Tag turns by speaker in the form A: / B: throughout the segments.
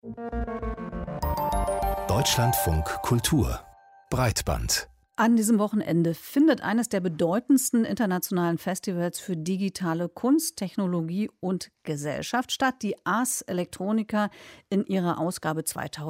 A: Deutschlandfunk Kultur Breitband.
B: An diesem Wochenende findet eines der bedeutendsten internationalen Festivals für digitale Kunst, Technologie und Gesellschaft statt, die Ars Electronica in ihrer Ausgabe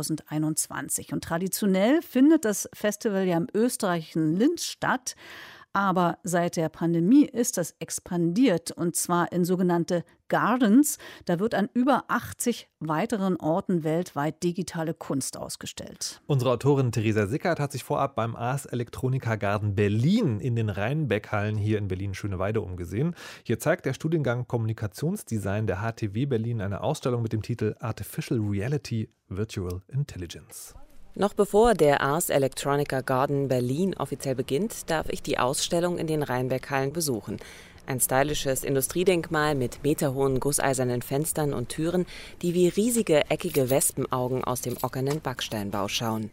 B: 2021. Und traditionell findet das Festival ja im österreichischen Linz statt. Aber seit der Pandemie ist das expandiert, und zwar in sogenannte Gardens. Da wird an über 80 weiteren Orten weltweit digitale Kunst ausgestellt.
C: Unsere Autorin Theresa Sickert hat sich vorab beim Ars Electronica Garden Berlin in den Rheinbeck-Hallen hier in Berlin-Schöneweide umgesehen. Hier zeigt der Studiengang Kommunikationsdesign der HTW Berlin eine Ausstellung mit dem Titel Artificial Reality Virtual Intelligence.
D: Noch bevor der Ars Electronica Garden Berlin offiziell beginnt, darf ich die Ausstellung in den Rheinbeck-Hallen besuchen. Ein stylisches Industriedenkmal mit meterhohen gusseisernen Fenstern und Türen, die wie riesige, eckige Wespenaugen aus dem ockernen Backsteinbau schauen.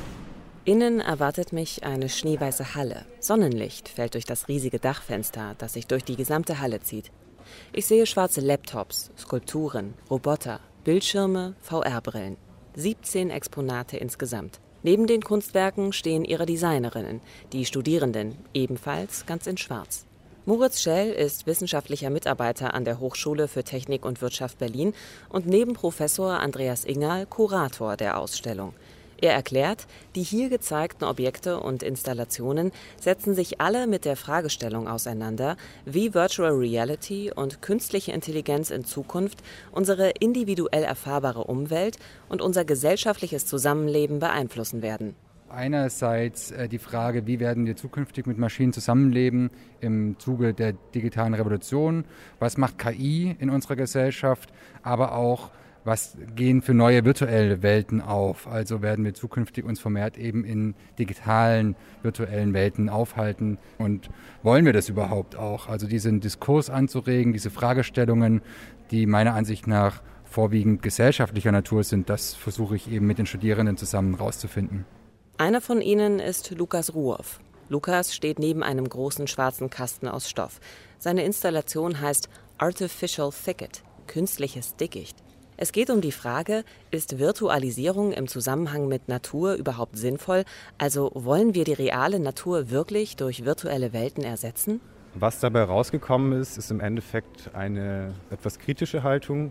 D: Innen erwartet mich eine schneeweiße Halle. Sonnenlicht fällt durch das riesige Dachfenster, das sich durch die gesamte Halle zieht. Ich sehe schwarze Laptops, Skulpturen, Roboter, Bildschirme, VR-Brillen. 17 Exponate insgesamt. Neben den Kunstwerken stehen ihre Designerinnen, die Studierenden, ebenfalls ganz in Schwarz. Moritz Schell ist wissenschaftlicher Mitarbeiter an der Hochschule für Technik und Wirtschaft Berlin und neben Professor Andreas Ingerl Kurator der Ausstellung. Er erklärt, die hier gezeigten Objekte und Installationen setzen sich alle mit der Fragestellung auseinander, wie Virtual Reality und künstliche Intelligenz in Zukunft unsere individuell erfahrbare Umwelt und unser gesellschaftliches Zusammenleben beeinflussen werden.
E: Einerseits die Frage, wie werden wir zukünftig mit Maschinen zusammenleben im Zuge der digitalen Revolution, was macht KI in unserer Gesellschaft, aber auch was gehen für neue virtuelle Welten auf? Also werden wir zukünftig uns vermehrt eben in digitalen, virtuellen Welten aufhalten. Und wollen wir das überhaupt auch? Also diesen Diskurs anzuregen, diese Fragestellungen, die meiner Ansicht nach vorwiegend gesellschaftlicher Natur sind, das versuche ich eben mit den Studierenden zusammen rauszufinden.
D: Einer von ihnen ist Lukas Ruoff. Lukas steht neben einem großen schwarzen Kasten aus Stoff. Seine Installation heißt Artificial Thicket, künstliches Dickicht. Es geht um die Frage, ist Virtualisierung im Zusammenhang mit Natur überhaupt sinnvoll? Also wollen wir die reale Natur wirklich durch virtuelle Welten ersetzen?
F: Was dabei rausgekommen ist, ist im Endeffekt eine etwas kritische Haltung.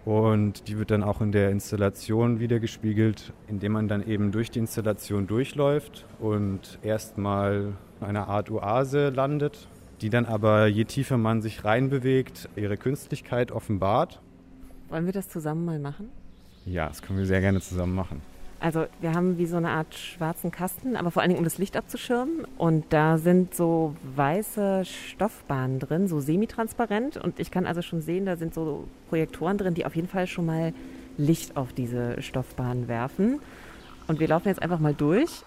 F: Und die wird dann auch in der Installation wiedergespiegelt, indem man dann eben durch die Installation durchläuft und erstmal in einer Art Oase landet, die dann aber, je tiefer man sich reinbewegt, ihre Künstlichkeit offenbart.
D: Wollen wir das zusammen mal machen?
F: Ja, das können wir sehr gerne zusammen machen.
D: Also wir haben wie so eine Art schwarzen Kasten, aber vor allen Dingen, um das Licht abzuschirmen. Und da sind so weiße Stoffbahnen drin, so semi-transparent. Und ich kann also schon sehen, da sind so Projektoren drin, die auf jeden Fall schon mal Licht auf diese Stoffbahnen werfen. Und wir laufen jetzt einfach mal durch.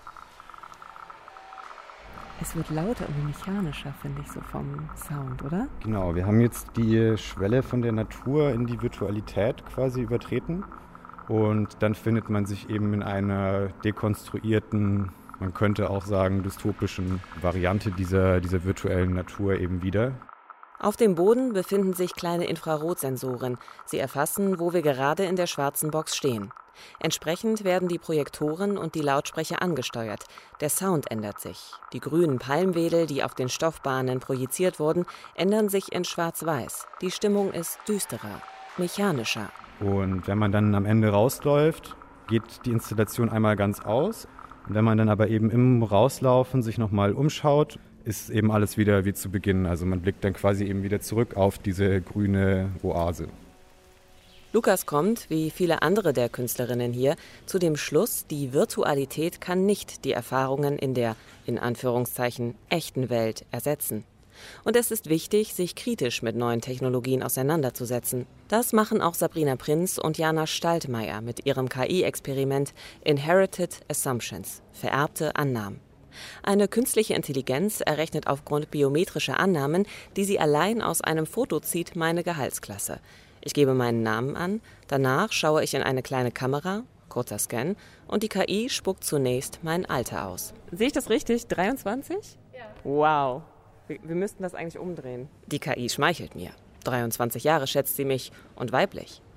D: Es wird lauter und mechanischer, finde ich, so vom Sound, oder?
F: Genau, wir haben jetzt die Schwelle von der Natur in die Virtualität quasi übertreten. Und dann findet man sich eben in einer dekonstruierten, man könnte auch sagen dystopischen Variante dieser virtuellen Natur eben wieder.
D: Auf dem Boden befinden sich kleine Infrarotsensoren. Sie erfassen, wo wir gerade in der schwarzen Box stehen. Entsprechend werden die Projektoren und die Lautsprecher angesteuert. Der Sound ändert sich. Die grünen Palmwedel, die auf den Stoffbahnen projiziert wurden, ändern sich in schwarz-weiß. Die Stimmung ist düsterer, mechanischer.
F: Und wenn man dann am Ende rausläuft, geht die Installation einmal ganz aus. Und wenn man dann aber eben im Rauslaufen sich nochmal umschaut, ist eben alles wieder wie zu Beginn. Also man blickt dann quasi eben wieder zurück auf diese grüne Oase.
D: Lukas kommt, wie viele andere der Künstlerinnen hier, zu dem Schluss, die Virtualität kann nicht die Erfahrungen in der, in Anführungszeichen, echten Welt ersetzen. Und es ist wichtig, sich kritisch mit neuen Technologien auseinanderzusetzen. Das machen auch Sabrina Prinz und Jana Staltmeier mit ihrem KI-Experiment Inherited Assumptions, vererbte Annahmen. Eine künstliche Intelligenz errechnet aufgrund biometrischer Annahmen, die sie allein aus einem Foto zieht, meine Gehaltsklasse. Ich gebe meinen Namen an, danach schaue ich in eine kleine Kamera, kurzer Scan, und die KI spuckt zunächst mein Alter aus. Sehe ich das richtig? 23? Ja. Wow. Wir müssten das eigentlich umdrehen. Die KI schmeichelt mir. 23 Jahre schätzt sie mich und weiblich.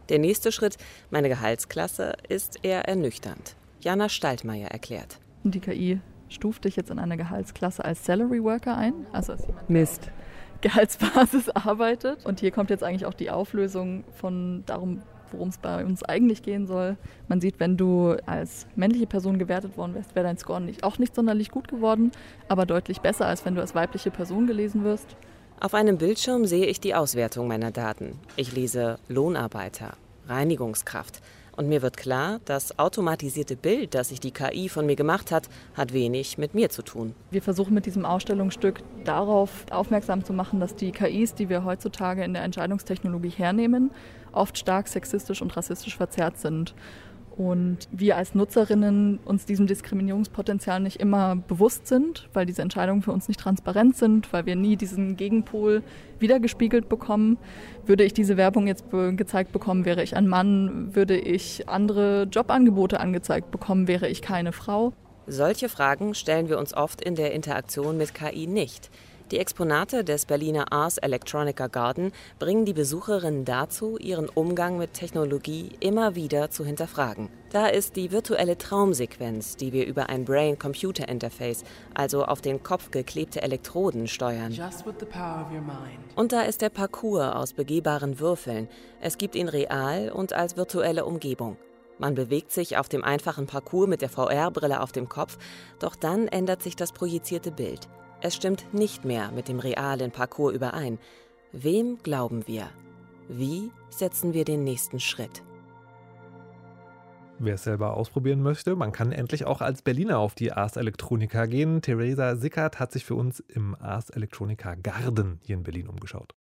D: Der nächste Schritt, meine Gehaltsklasse, ist eher ernüchternd. Jana Staltmeier erklärt.
G: Die KI stuft dich jetzt in eine Gehaltsklasse als Salary Worker ein, also als jemand,
H: Mist.
G: Gehaltsbasis arbeitet. Und hier kommt jetzt eigentlich auch die Auflösung von darum, worum es bei uns eigentlich gehen soll. Man sieht, wenn du als männliche Person gewertet worden wärst, wäre dein Score auch nicht sonderlich gut geworden, aber deutlich besser, als wenn du als weibliche Person gelesen wirst.
D: Auf einem Bildschirm sehe ich die Auswertung meiner Daten. Ich lese Lohnarbeiter, Reinigungskraft. Und mir wird klar, das automatisierte Bild, das sich die KI von mir gemacht hat wenig mit mir zu tun.
G: Wir versuchen mit diesem Ausstellungsstück darauf aufmerksam zu machen, dass die KIs, die wir heutzutage in der Entscheidungstechnologie hernehmen, oft stark sexistisch und rassistisch verzerrt sind. Und wir als Nutzerinnen uns diesem Diskriminierungspotenzial nicht immer bewusst sind, weil diese Entscheidungen für uns nicht transparent sind, weil wir nie diesen Gegenpol wiedergespiegelt bekommen. Würde ich diese Werbung jetzt gezeigt bekommen, wäre ich ein Mann. Würde ich andere Jobangebote angezeigt bekommen, wäre ich keine Frau.
D: Solche Fragen stellen wir uns oft in der Interaktion mit KI nicht. Die Exponate des Berliner Ars Electronica Garden bringen die Besucherinnen dazu, ihren Umgang mit Technologie immer wieder zu hinterfragen. Da ist die virtuelle Traumsequenz, die wir über ein Brain-Computer-Interface, also auf den Kopf geklebte Elektroden, steuern. Und da ist der Parcours aus begehbaren Würfeln. Es gibt ihn real und als virtuelle Umgebung. Man bewegt sich auf dem einfachen Parcours mit der VR-Brille auf dem Kopf, doch dann ändert sich das projizierte Bild. Es stimmt nicht mehr mit dem realen Parcours überein. Wem glauben wir? Wie setzen wir den nächsten Schritt?
C: Wer es selber ausprobieren möchte, man kann endlich auch als Berliner auf die Ars Electronica gehen. Theresa Sickert hat sich für uns im Ars Electronica Garden hier in Berlin umgeschaut.